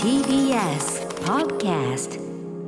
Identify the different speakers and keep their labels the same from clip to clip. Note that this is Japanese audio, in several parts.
Speaker 1: TBS Podcast。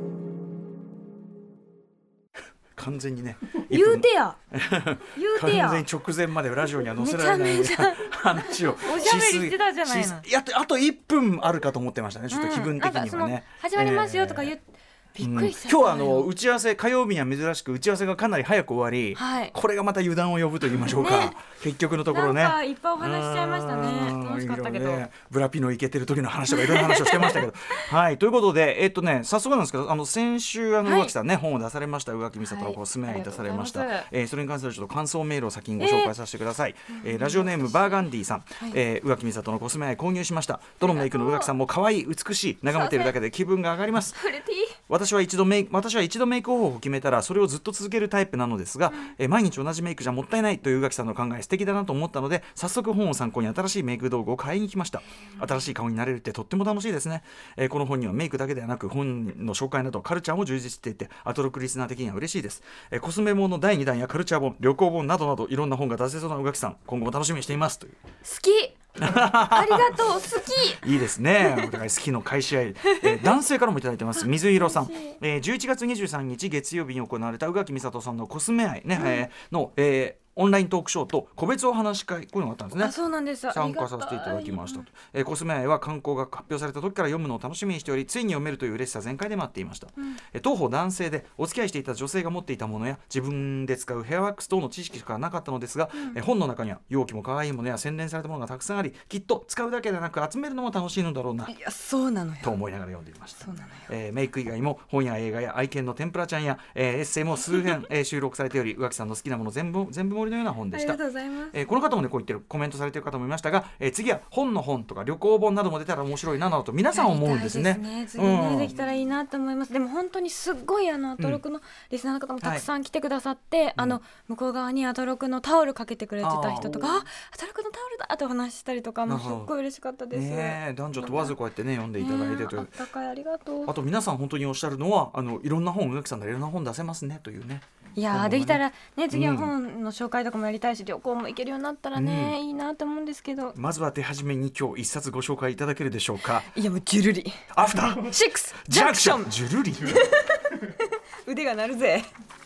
Speaker 2: 完全にね
Speaker 3: 言うてや
Speaker 2: 完全に直前までラジオには載せられない話を
Speaker 3: おしゃべりしてたじゃないの。
Speaker 2: あと1分あるかと思ってましたね。ちょっと気分的にはね、
Speaker 3: 始まりますよとか言って、びっくりしちゃった。
Speaker 2: 今日は打ち合わせ火曜日には珍しく打ち合わせがかなり早く終わり、
Speaker 3: はい、
Speaker 2: これがまた油断を呼ぶと言いましょうか、
Speaker 3: ね、
Speaker 2: 結局のところね
Speaker 3: なんかいっぱいお話しちゃいましたね。楽しかったけど、
Speaker 2: ブラピのイケてる時の話とかいろんな話をしてましたけどはいということで早速なんですけど先週宇垣さんね、本を出されました。宇垣美里のコスメ愛出されました、それに関するちょっと感想メールを先にご紹介させてください。ラジオネームバーガンディさん、宇垣美里のコスメ愛購入しました。どのメイクの宇垣さんも可愛い美しい、眺めているだけで気分が上がります。私は一度メイク方法を決めたらそれをずっと続けるタイプなのですが、毎日同じメイクじゃもったいないという宇垣さんの考え素敵だなと思ったので、早速本を参考に新しいメイク道具を買いに来ました。新しい顔になれるってとっても楽しいですね。この本にはメイクだけではなく本の紹介などカルチャーも充実していて、アトロクリスナー的には嬉しいです。コスメ本の第2弾やカルチャー本、旅行本などなどいろんな本が出せそうな宇垣さん、今後も楽しみにしていますという。
Speaker 3: 好きありがとう、好き。
Speaker 2: いいですね。お互い好きの返し合い、男性からもいただいてます。水色さん、11月23日月曜日に行われた宇垣美里さんのコスメ愛、ねの、オンライントークショーと個別お話し会、こういうのがあったんですね。
Speaker 3: そうなんです。
Speaker 2: 参加させていただきましたと。コスメ愛は刊行が発表された時から読むのを楽しみにしており、ついに読めるという嬉しさ全開で待っていました。当方男性でお付き合いしていた女性が持っていたものや自分で使うヘアワックス等の知識しかなかったのですが、本の中には容器も可愛いものや洗練されたものがたくさんあり、きっと使うだけでなく集めるのも楽しいのだろうな。
Speaker 3: いや、そうなのよ
Speaker 2: と思いながら読んでいました。
Speaker 3: そうなのよ。
Speaker 2: メイク以外も本や映画や愛犬の天ぷらちゃんや、エッセイも数編、収録されており、宇垣さんの好きなもの全部盛りのような本でした。この方もねこう言ってるコメントされている方もいましたが、次は本の本とか旅行本なども出たら面白いなどと皆さん思うんですね。
Speaker 3: 次ね、できたらいいなと思います。でも本当にすっごいアトロクのリスナーの方もたくさん来てくださって、向こう側にアトロクのタオルかけてくれてた人とか、アトロクのタオルだとお話ししたりとかもすっごい嬉しかったです。
Speaker 2: 男女問わずこうやってね読んでいただいてという、
Speaker 3: あったかい、ありがとう。
Speaker 2: あと皆さん本当におっしゃるのはいろんな本、宇垣さんのいろんな本出せますねというね。
Speaker 3: いや、できたらね、次は本の紹介とかもやりたいし、旅行も行けるようになったらね、いいなと思うんですけど、
Speaker 2: まずは手始めに今日一冊ご紹介いただけるでしょうか。
Speaker 3: いや、もうジュルリ
Speaker 2: アフター
Speaker 3: シックスジャンクション。
Speaker 2: ジュルリ
Speaker 3: 腕が鳴るぜ。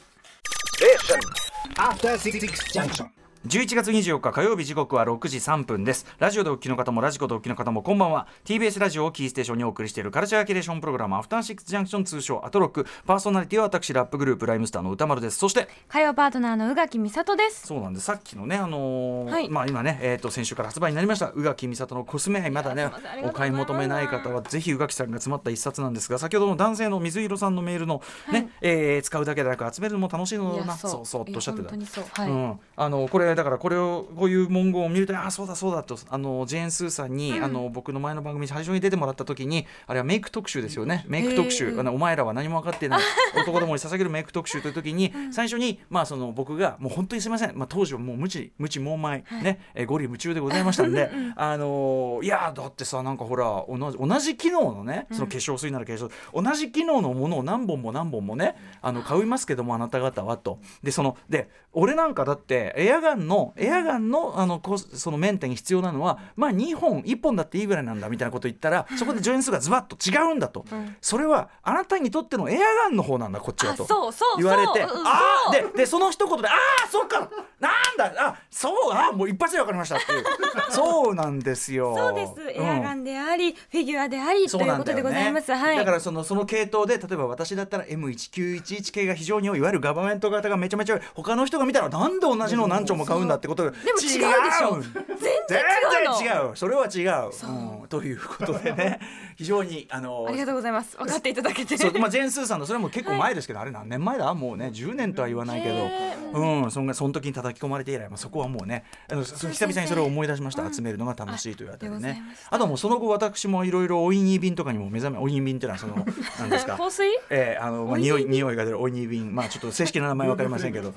Speaker 4: アフターシックスジャンクション。
Speaker 2: 11月24日火曜日、時刻は6時3分です。ラジオでお聞きの方もラジコでお聞きの方もこんばんは。 TBS ラジオをキーステーションにお送りしているカルチャーキュレーションプログラム、アフターシックスジャンクション、通称アトロック。パーソナリティは私ラップグループライムスターの歌丸です。そして
Speaker 3: 火曜パートナーの宇垣美里です。
Speaker 2: そうなんです。さっきのね今ね、先週から発売になりました宇垣美里のコスメ愛、まだねお買い求めない方はぜひ宇垣さんが詰まった一冊なんですが、先ほどの男性の水色さんのメールのね、使うだけでなく集めるのも楽しいのだな、そうとおっしゃってた。これだからこういう文言を見ると、そうだとジェーン・スーさんに、僕の前の番組に最初に出てもらった時に、あれはメイク特集ですよね。メイク特集、お前らは何も分かっていない男どもに捧げるメイク特集という時に、最初に、僕がもう本当にすいません、当時はもう無知猛昧、ね、ゴリ夢中でございましたんでいやだってさ、なんかほら同じ機能のね、その化粧水なら化粧水、同じ機能のものを何本もね買いますけども、あなた方はと。で俺なんかだってエアガンのそのメンテに必要なのは2本1本だっていいぐらいなんだみたいなこと言ったら、そこでジョイン数がズバッと違うんだと、それはあなたにとってのエアガンの方なんだこっちはと言われて、でその一言でそっかなんだもう一発で分かりましたっていうそうなんですよ。
Speaker 3: そうです、エアガンであり、フィギュアでありということでございます。
Speaker 2: だからその系統で、例えば私だったら M1911 系が非常に多い、いわゆるガバメント型がめちゃめちゃ多い、他の人が見たらなんで同じのを何丁も買うんだってことが、
Speaker 3: でも違うでしょ、全然
Speaker 2: 違う、それは違う、ということでね非常にあ
Speaker 3: りがとうございます。分かっていただけて。
Speaker 2: ジェーン・スーさんのそれも結構前ですけど、あれ何年前だ、もうね10年とは言わないけど、その時に叩き込まれて以来、そこはもうね久々にそれを思い出しました。集めるのが楽しいというあたりね。あともうその後私もいろいろおいに便とかにも目覚め、おいに便っていうのは何ですか
Speaker 3: 香水、
Speaker 2: 匂いが出るおいに便、ちょっと正式な名前分かりませんけど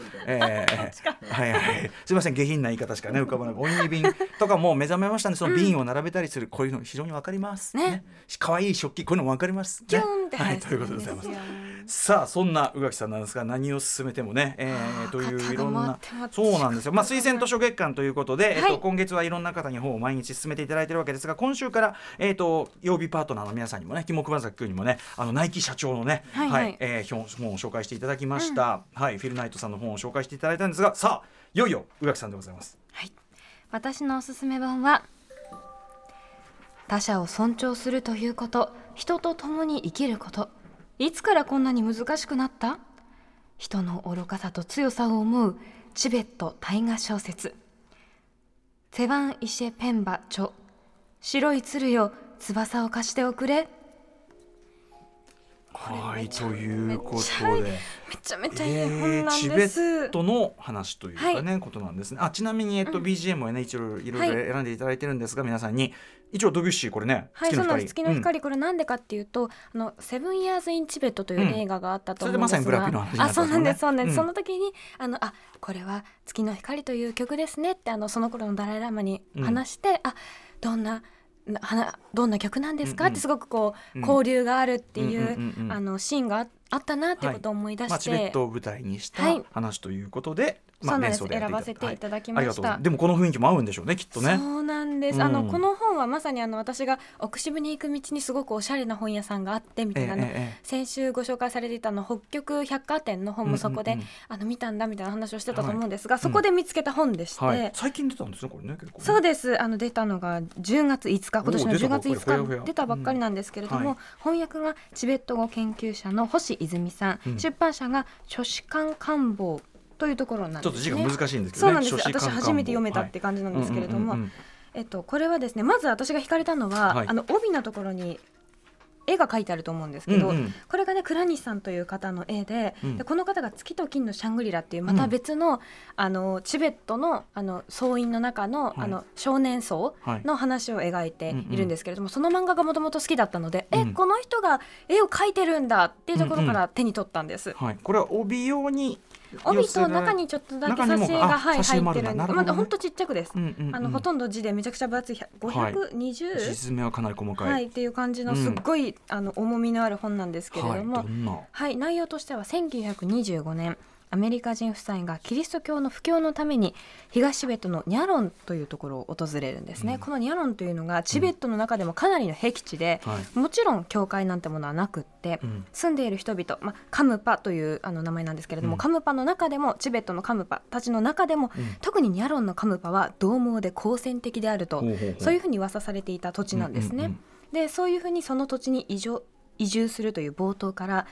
Speaker 2: すいません、下品な言い方しかね浮かばない。おいに便とかも目覚めましたね。その瓶を並べたりする、こういうの非常に分かりますね。可愛い食器、こういうの分かりますね。
Speaker 3: キュンって入って
Speaker 2: ということでございます。さあそんな宇垣さんなんですが、何を進めてもね、といういろんな、そうなんですよ。推薦図書月間ということで、今月はいろんな方に本を毎日進めていただいているわけですが、今週から、 曜日パートナーの皆さんにもね、キモクマザキ君にもね、ナイキ社長のね、本を紹介していただきました、フィルナイトさんの本を紹介していただいたんですが、さあいよいよ宇垣さんでございます。
Speaker 3: はい、私のおすすめ本は、他者を尊重するということ、人と共に生きること、いつからこんなに難しくなった？人の愚かさと強さを思うチベット大河小説、セバン・イシェ・ペンバ著、白い鶴よ翼を貸しておくれ。
Speaker 2: はい、ということで
Speaker 3: めちゃめちゃいい本なんです。
Speaker 2: チベットの話というかね、ことなんですね。ちなみに、BGM をね一応いろいろ選んでいただいてるんですが、皆さんに一応ドビュッシーこれね、
Speaker 3: そうなんです。月の光、これなんでかっていうと、セブンイヤーズ・イン・チベットという映画があったと思うんですが、
Speaker 2: それでまさにブラピの話になったんですね。
Speaker 3: そうなんです、そうなんです、その時にこれは月の光という曲ですねってその頃のダライラマに話して、どんな曲なんですかってすごくこう交流があるっていうシーンがあったなっていうことを思い出して、
Speaker 2: チベットを舞台にした話ということで、
Speaker 3: そうなんです、選ばせていただきました。
Speaker 2: でもこの雰囲気も合うんでしょうね、きっとね。
Speaker 3: そうなんです、この本はまさに私が奥渋に行く道にすごくおしゃれな本屋さんがあってみたいな、先週ご紹介されていた北極百貨店の本もそこで、見たんだみたいな話をしてたと思うんですが、そこで見つけた本でして、
Speaker 2: 最近出たんですね、これね、結構ね。
Speaker 3: そうです、出たのが10月5日、今年の10月5日出たばっかりなんですけれども、翻訳がチベット語研究者の星泉さん、出版社が書士官官房というところなんですね。
Speaker 2: ちょっと字が難しいんですけ
Speaker 3: どね。
Speaker 2: そうなん
Speaker 3: です。私初めて読めたって感じなんですけれども、これはですね、まず私が惹かれたのは、帯のところに絵が描いてあると思うんですけど、これがね倉西さんという方の絵で、この方が月と金のシャングリラっていうまた別の、チベットの僧院の中の、少年僧の話を描いているんですけれども、その漫画がもともと好きだったので、この人が絵を描いてるんだっていうところから手に取ったんです。
Speaker 2: これは帯用に
Speaker 3: 帯と中にちょっとだけ挿絵が入ってるんで、ほんとちっちゃくです。ほとんど字でめちゃくちゃ分厚い520、
Speaker 2: 字詰めはかなり細かい、
Speaker 3: っていう感じのすっごい重みのある本なんですけれども、内容としては1925年アメリカ人夫妻がキリスト教の布教のために東チベットのニャロンというところを訪れるんですね。このニャロンというのがチベットの中でもかなりの僻地で、もちろん教会なんてものはなくって、住んでいる人々、カムパという名前なんですけれども、カムパの中でもチベットのカムパたちの中でも、特にニャロンのカムパは獰猛で好戦的であると、そういうふうに噂されていた土地なんですね。でそういうふうにその土地に移住するという冒頭から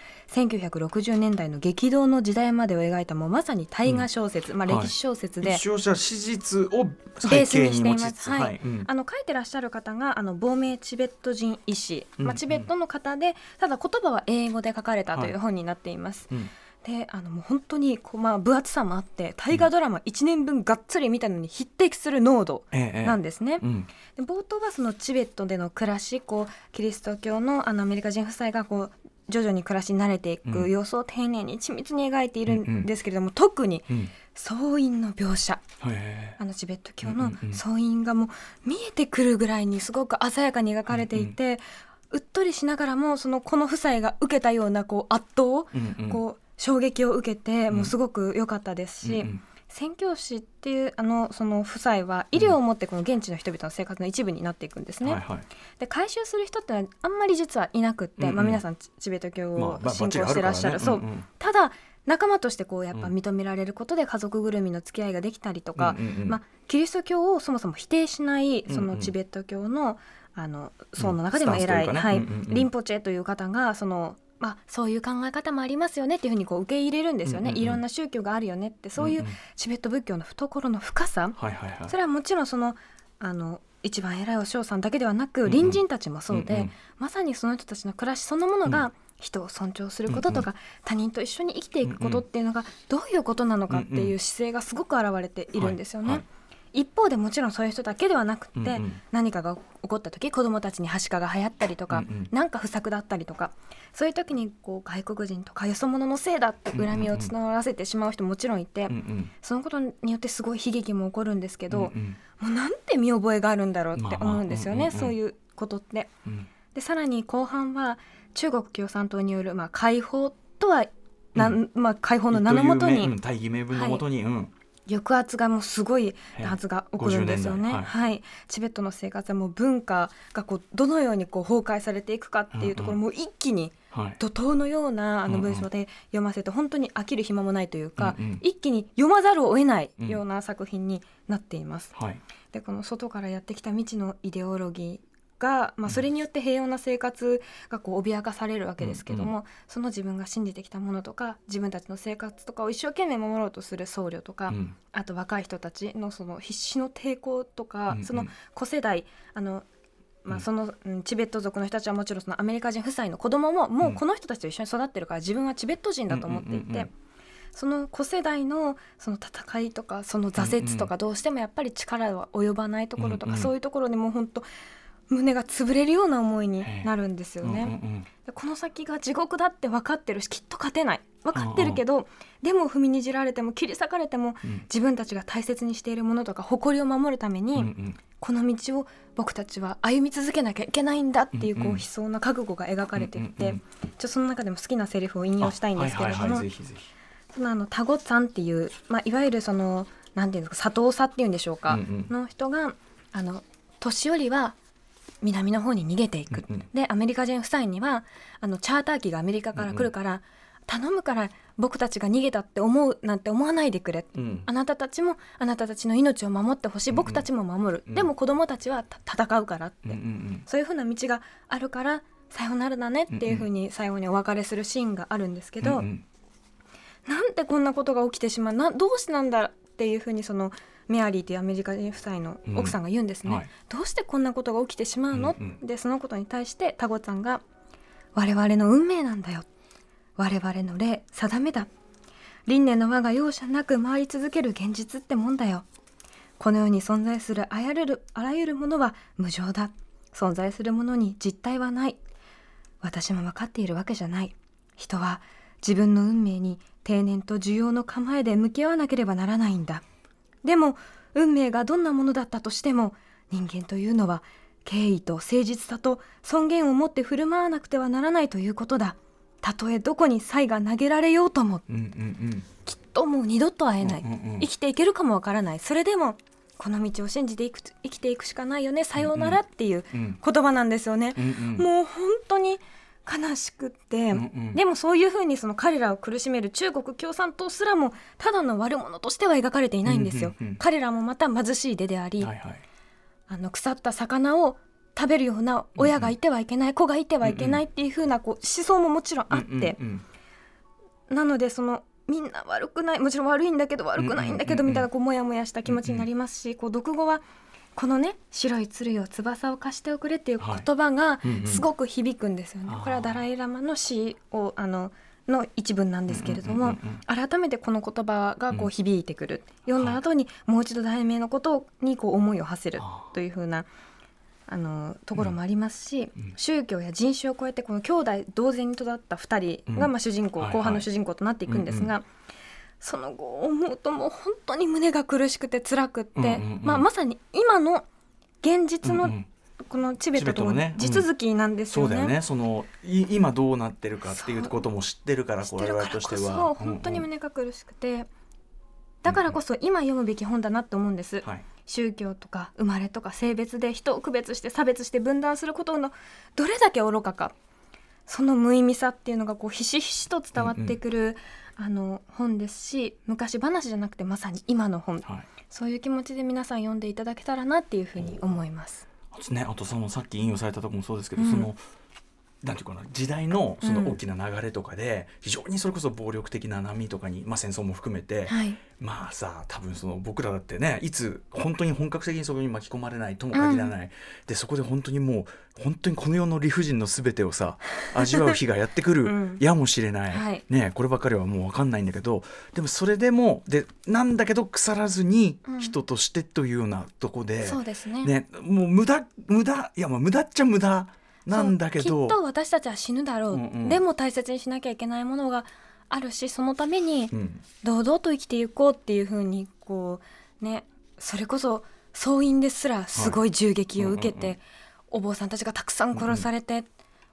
Speaker 3: 1960年代の激動の時代までを描いた、もうまさに大河小説、歴史小説で、
Speaker 2: 一応じゃあ史実を背景に持ちつつ、
Speaker 3: 書いてらっしゃる方が亡命チベット人医師、チベットの方で、ただ言葉は英語で書かれたという本になっています。でもう本当に分厚さもあって、大河ドラマ1年分がっつり見たのに匹敵する濃度なんですね。で冒頭はそのチベットでの暮らし、キリスト教のアメリカ人夫妻が徐々に暮らしに慣れていく様子を丁寧に緻密に描いているんですけれども、特に僧院の描写、チベット教の僧院がもう見えてくるぐらいにすごく鮮やかに描かれていて、うっとりしながらもこの夫妻が受けたような圧倒、衝撃を受けて、もうすごく良かったですし、宣教師っていうその夫妻は医療をもってこの現地の人々の生活の一部になっていくんですね。で回収する人ってのはあんまり実はいなくって、皆さんチベット教を信仰してらっしゃる、ただ仲間としてやっぱ認められることで家族ぐるみの付き合いができたりとか、キリスト教をそもそも否定しないそのチベット教の僧の中でも偉い、リンポチェという方がそういう考え方もありますよねっていうふうに受け入れるんですよね。いろんな宗教があるよねって、そういうチベット仏教の懐の深さ、それはもちろん一番偉いお嬢さんだけではなく、隣人たちもそうで、まさにその人たちの暮らしそのものが人を尊重することとか、他人と一緒に生きていくことっていうのがどういうことなのかっていう姿勢がすごく現れているんですよね。一方でもちろんそういう人だけではなくって、何かが起こった時、子どもたちにはしかが流行ったりとか、なんか不作だったりとか、そういう時に外国人とかよそ者のせいだって恨みを募らせてしまう人ももちろんいて、そのことによってすごい悲劇も起こるんですけど、もうなんて見覚えがあるんだろうって思うんですよね、そういうことって。でさらに後半は中国共産党による解放とは解放の名のもとに、
Speaker 2: 大義名分のもとに、
Speaker 3: 抑圧がもうすごいはずが起こるんですよね、はいチベットの生活はもう文化がこうどのようにこう崩壊されていくかっていうところ、もう一気に怒涛のような文章で読ませて本当に飽きる暇もないというか、一気に読まざるを得ないような作品になっています、でこの外からやってきた未知のイデオロギーが、それによって平穏な生活がこう脅かされるわけですけども、その自分が信じてきたものとか自分たちの生活とかを一生懸命守ろうとする僧侶とか、あと若い人たちのその必死の抵抗とか、その子世代そのチベット族の人たちはもちろんそのアメリカ人夫妻の子供ももうこの人たちと一緒に育ってるから自分はチベット人だと思っていて、その子世代のその戦いとかその挫折とかどうしてもやっぱり力は及ばないところとか、そういうところでもう本当胸が潰れるような思いになるんですよね、でこの先が地獄だって分かってるしきっと勝てない分かってるけど、でも踏みにじられても切り裂かれても、自分たちが大切にしているものとか誇りを守るために、この道を僕たちは歩み続けなきゃいけないんだっていう、こう悲壮な覚悟が描かれていて、その中でも好きなセリフを引用したいんですけれども、そのタゴさんっていう、いわゆるそのなんていうんですか佐藤さっていうんでしょうか、の人が年寄りは南の方に逃げていく、でアメリカ人夫妻にはチャーター機がアメリカから来るから、頼むから僕たちが逃げたって思うなんて思わないでくれ、あなたたちもあなたたちの命を守ってほしい、僕たちも守る、でも子供たちは戦うからって、そういう風な道があるからさよならだねっていう風に最後にお別れするシーンがあるんですけど、なんでこんなことが起きてしまうどうしてなんだっていう風にそのメアリーというアメリカ人夫妻の奥さんが言うんですね、どうしてこんなことが起きてしまうの、でそのことに対してタゴさんが我々の運命なんだよ、我々の霊定めだ、輪廻の輪が容赦なく回り続ける現実ってもんだよ、この世に存在するあらゆるものは無常だ、存在するものに実体はない、私も分かっているわけじゃない、人は自分の運命に定年と需要の構えで向き合わなければならないんだ、でも運命がどんなものだったとしても人間というのは敬意と誠実さと尊厳を持って振る舞わなくてはならないということだ、たとえどこに才が投げられようとも、きっともう二度と会えない、生きていけるかもわからない、それでもこの道を信じて生きていくしかないよね、さようならっていう言葉なんですよね、もう本当に悲しくって、でもそういうふうにその彼らを苦しめる中国共産党すらもただの悪者としては描かれていないんですよ、彼らもまた貧しい出であり、腐った魚を食べるような親がいてはいけない、子がいてはいけないっていうふうなこう思想ももちろんあって、なのでそのみんな悪くない、もちろん悪いんだけど悪くないんだけどみたいなこうモヤモヤした気持ちになりますし、こう読後はこのね白い鶴よ翼を貸しておくれっていう言葉がすごく響くんですよね、これはダライラマの詩をの一文なんですけれども、改めてこの言葉がこう響いてくる、読んだ後にもう一度題名のことにこう思いを馳せるというふうなところもありますし、宗教や人種を超えてこの兄弟同然に育った2人が主人公、後半の主人公となっていくんですが、その後思うともう本当に胸が苦しくて辛くって、まさに今の現実のこのチベットとの地続きなんですよね。
Speaker 2: そうだよね、その今どうなってるかっていうことも知ってるから我々としては
Speaker 3: 本当に胸が苦しくて、だからこそ今読むべき本だなって思うんです、宗教とか生まれとか性別で人を区別して差別して分断することのどれだけ愚かか、その無意味さっていうのがこうひしひしと伝わってくる、本ですし、昔話じゃなくてまさに今の本、そういう気持ちで皆さん読んでいただけたらなっていうふうに思います。
Speaker 2: あとそのさっき引用されたところもそうですけど、そのなんていうかな、時代のその大きな流れとかで、非常にそれこそ暴力的な波とかに、戦争も含めて、多分その僕らだってね、いつ本当に本格的にそこに巻き込まれないとも限らない、でそこで本当にもう本当にこの世の理不尽の全てをさ味わう日がやってくるやもしれない、こればかりはもう分かんないんだけど、でもそれでもなんだけど腐らずに人としてというようなとこで、
Speaker 3: そうですね、
Speaker 2: もう無駄いや無駄っちゃ無駄なんだけど、
Speaker 3: きっと私たちは死ぬだろう、でも大切にしなきゃいけないものがあるし、そのために堂々と生きていこうっていう風にこうね、それこそ総員ですらすごい銃撃を受けて、お坊さんたちがたくさん殺されて、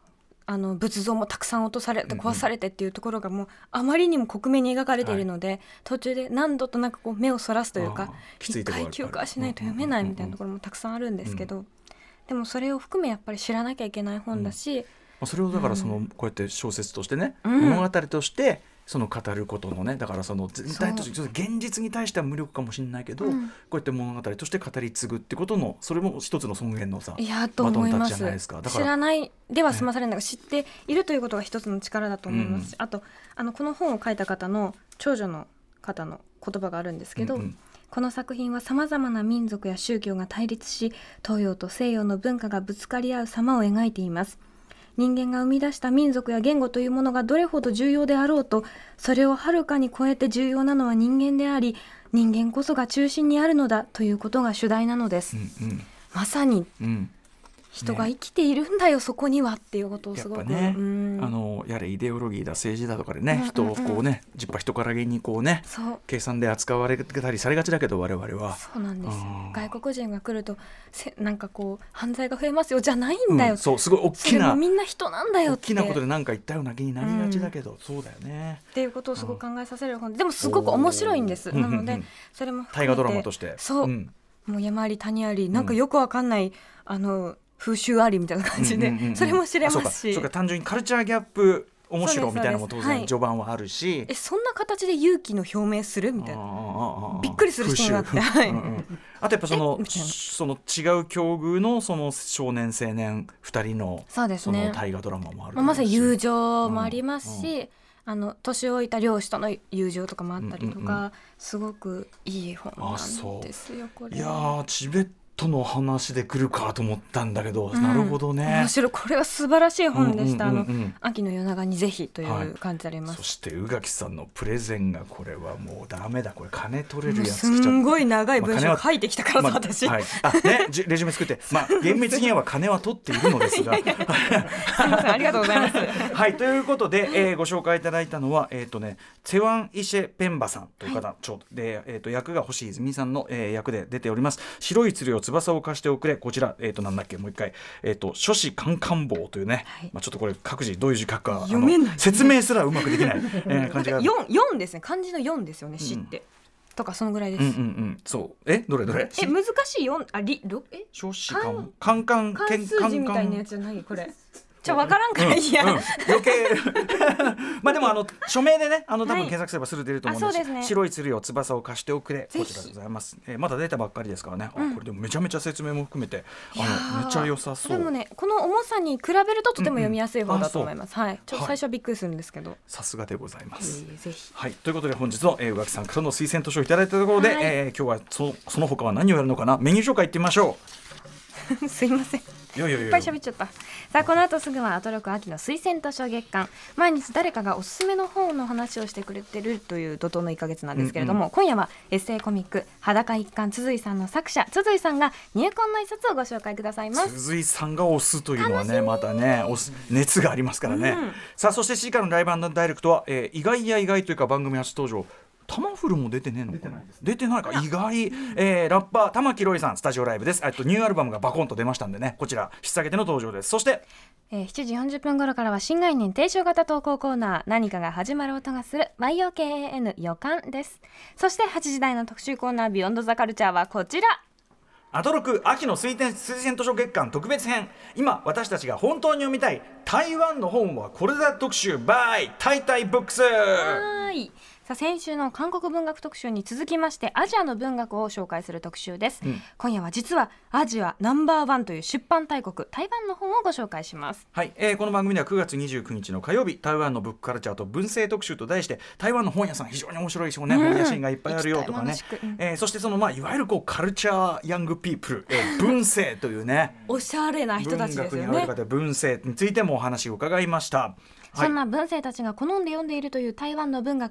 Speaker 3: 仏像もたくさん落とされて壊されてっていうところがもうあまりにも克明に描かれているので、途中で何度となくこう目をそらすというか、一回休暇しないと読めないみたいなところもたくさんあるんですけど、でもそれを含めやっぱり知らなきゃいけない本だし、
Speaker 2: それをだからこうやって小説としてね、物語としてその語ることのね、だからその全体として現実に対しては無力かもしれないけど、こうやって物語として語り継ぐってことの、それも一つの尊厳のさ、バトンタッチじゃないですか。だから
Speaker 3: 知らないでは済まされないが、知っているということが一つの力だと思いますし、あとこの本を書いた方の長女の方の言葉があるんですけど、この作品はさまざまな民族や宗教が対立し、東洋と西洋の文化がぶつかり合う様を描いています。人間が生み出した民族や言語というものがどれほど重要であろうと、それをはるかに超えて重要なのは人間であり、人間こそが中心にあるのだということが主題なのです。まさに、人が生きているんだよ、そこにはっていうことをすごく、
Speaker 2: やっぱね、やれイデオロギーだ政治だとかでね、人をこうね、じっぱ人からげにこうね、計算で扱われたりされがちだけど、我々は
Speaker 3: そうなんですよ。外国人が来るとなんかこう犯罪が増えますよじゃないんだよ、
Speaker 2: そうすごい大きな、
Speaker 3: みんな人なんだよって
Speaker 2: 大きなことで何か言ったような気になりがちだけど、そうだよね
Speaker 3: っていうことをすごく考えさせる本で、でもすごく面白いんです。なのでそれも
Speaker 2: 大河ドラマとして、
Speaker 3: そう、もう山あり谷あり、なんかよくわかんない風習ありみたいな感じで、それも知れますし、
Speaker 2: そうか単純にカルチャーギャップ面白みたいなのも当然序盤はあるし、
Speaker 3: そんな形で勇気の表明するみたいな、びっくりするシーンがあって、
Speaker 2: あとやっぱその違う境遇のその少年青年2人のその大河ドラマもある、
Speaker 3: まさに友情もありますし、年老いた漁師との友情とかもあったりとか、すごくいい本なんですよこれ。
Speaker 2: いやチベットの話で来るかと思ったんだけど、なるほどね。
Speaker 3: 面白い、これは素晴らしい本でした。秋の夜長にぜひという感じであります。
Speaker 2: そして宇垣さんのプレゼンが、これはもうダメだ、これ金取れるやつ
Speaker 3: すんごい長い文章書いてきたからさ、私、
Speaker 2: レジュメ作って、厳密には金は取っているのですがすい
Speaker 3: ません、ありがとうございます
Speaker 2: はい、ということで、ご紹介いただいたのはツェワン・イシェ・ペンバさんという方、で、役が星泉さんの、役で出ております。白い鶴よ翼を貸しておくれ、こちら、なんだっけ、もう一回、書士カンカン坊というね、ちょっとこれ各自どういう字書くか
Speaker 3: 読めない、
Speaker 2: 説明すらうまくできない、感じが
Speaker 3: 4ですね、漢字の4ですよね、詩って、とかそのぐらいです。
Speaker 2: そうどれ
Speaker 3: 難しい4、
Speaker 2: 書士カンカン
Speaker 3: 関数字みたいなやつじゃない、これ分からんからいいや、
Speaker 2: 余計でも署名でね、多分検索すればすぐ出ると思うんです。白い鶴よ翼を貸しておくれ、こちらでございます。まだ出たばっかりですからね。これでもめちゃめちゃ説明も含めてめっちゃ良さそう。
Speaker 3: でもね、この重さに比べるととても読みやすい方だと思います。ちょっと最初はびっくりするんですけど、
Speaker 2: さすがでございます。
Speaker 3: ぜひ。
Speaker 2: はい、ということで本日の宇垣さんからの推薦図書をいただいたところで、今日はその他は何をやるのかな、メニュー紹介いってみましょ
Speaker 3: うすいません、いっぱい喋っちゃった。さあ、この後すぐはアトロク秋の推薦図書月間、毎日誰かがおすすめの本の話をしてくれてるという怒涛の1ヶ月なんですけれども、今夜はエッセイコミック裸一貫綴井さんの作者綴井さんが入魂の一冊をご紹介くださいます。
Speaker 2: 綴井さんが推すというのはね、またね熱がありますからね、さあ、そして C からのライブ&ダイレクトは、意外や意外というか番組初登場、タマフルも出てねえのかな、出てないか、意外、ラッパー玉木ロイさんスタジオライブです。ニューアルバムがバコンと出ましたんでね、こちら引っ提げての登場です。そして、
Speaker 3: 7時40分頃からは新概念提唱型投稿コーナー、何かが始まる音がする YOKAN 予感です。そして8時台の特集コーナービヨンドザカルチャーはこちら、
Speaker 2: アトロク秋の推薦図書月間特別編、今私たちが本当に読みたい台湾の本はこれだ特集 by タイタイブックス。
Speaker 3: はい、さあ、先週の韓国文学特集に続きましてアジアの文学を紹介する特集です。今夜は実はアジアナンバーワンという出版大国台湾の本をご紹介します。
Speaker 2: はい、この番組では9月29日の火曜日、台湾のブックカルチャーと文政特集と題して、台湾の本屋さん非常に面白いし、本屋シーンがいっぱいあるよとかね、そしてそのいわゆるカルチャーヤングピープル、文政というね
Speaker 3: おしゃれな人たちですよね。
Speaker 2: 文学にある方、文政についてもお話を伺いました。
Speaker 3: そんな文政たちが好んで読んでいるという台湾の文学や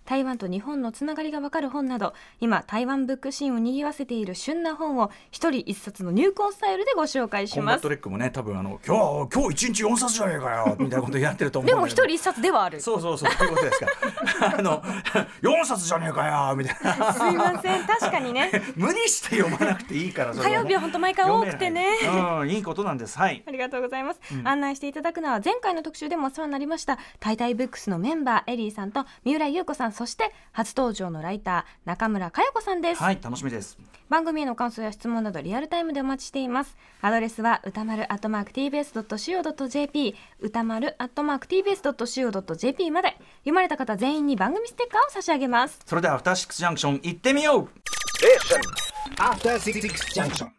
Speaker 3: 台湾と日本のつながりがわかる本など、今台湾ブックシーンを賑わせている旬な本を一人一冊の入魂スタイルでご紹介します。
Speaker 2: コンバットレックもね、多分今日1日4冊じゃねえかよみたいなことやってると思う。
Speaker 3: でも一人一冊ではある。
Speaker 2: そうそうそう、そういうことですか4冊じゃねえかよみたいな。
Speaker 3: すいません、確かにね
Speaker 2: 無理して読まなくていいから、
Speaker 3: 火曜日は本当毎回多くてね、
Speaker 2: いいことなんです。はい、
Speaker 3: ありがとうございます、案内していただくのは前回の特集でもお世話になりましたタイタイブックスのメンバーエリーさんと三浦優子さん、そして初登場のライター中村佳代子さんです。
Speaker 2: はい、楽しみです。
Speaker 3: 番組への感想や質問などリアルタイムでお待ちしています。アドレスは歌丸@tbs.co.jp、 歌丸@tbs.co.jp まで。読まれた方全員に番組ステッカーを差し上げます。
Speaker 2: それではアフターシックスジャンクション行ってみよう。
Speaker 4: After 66 junction.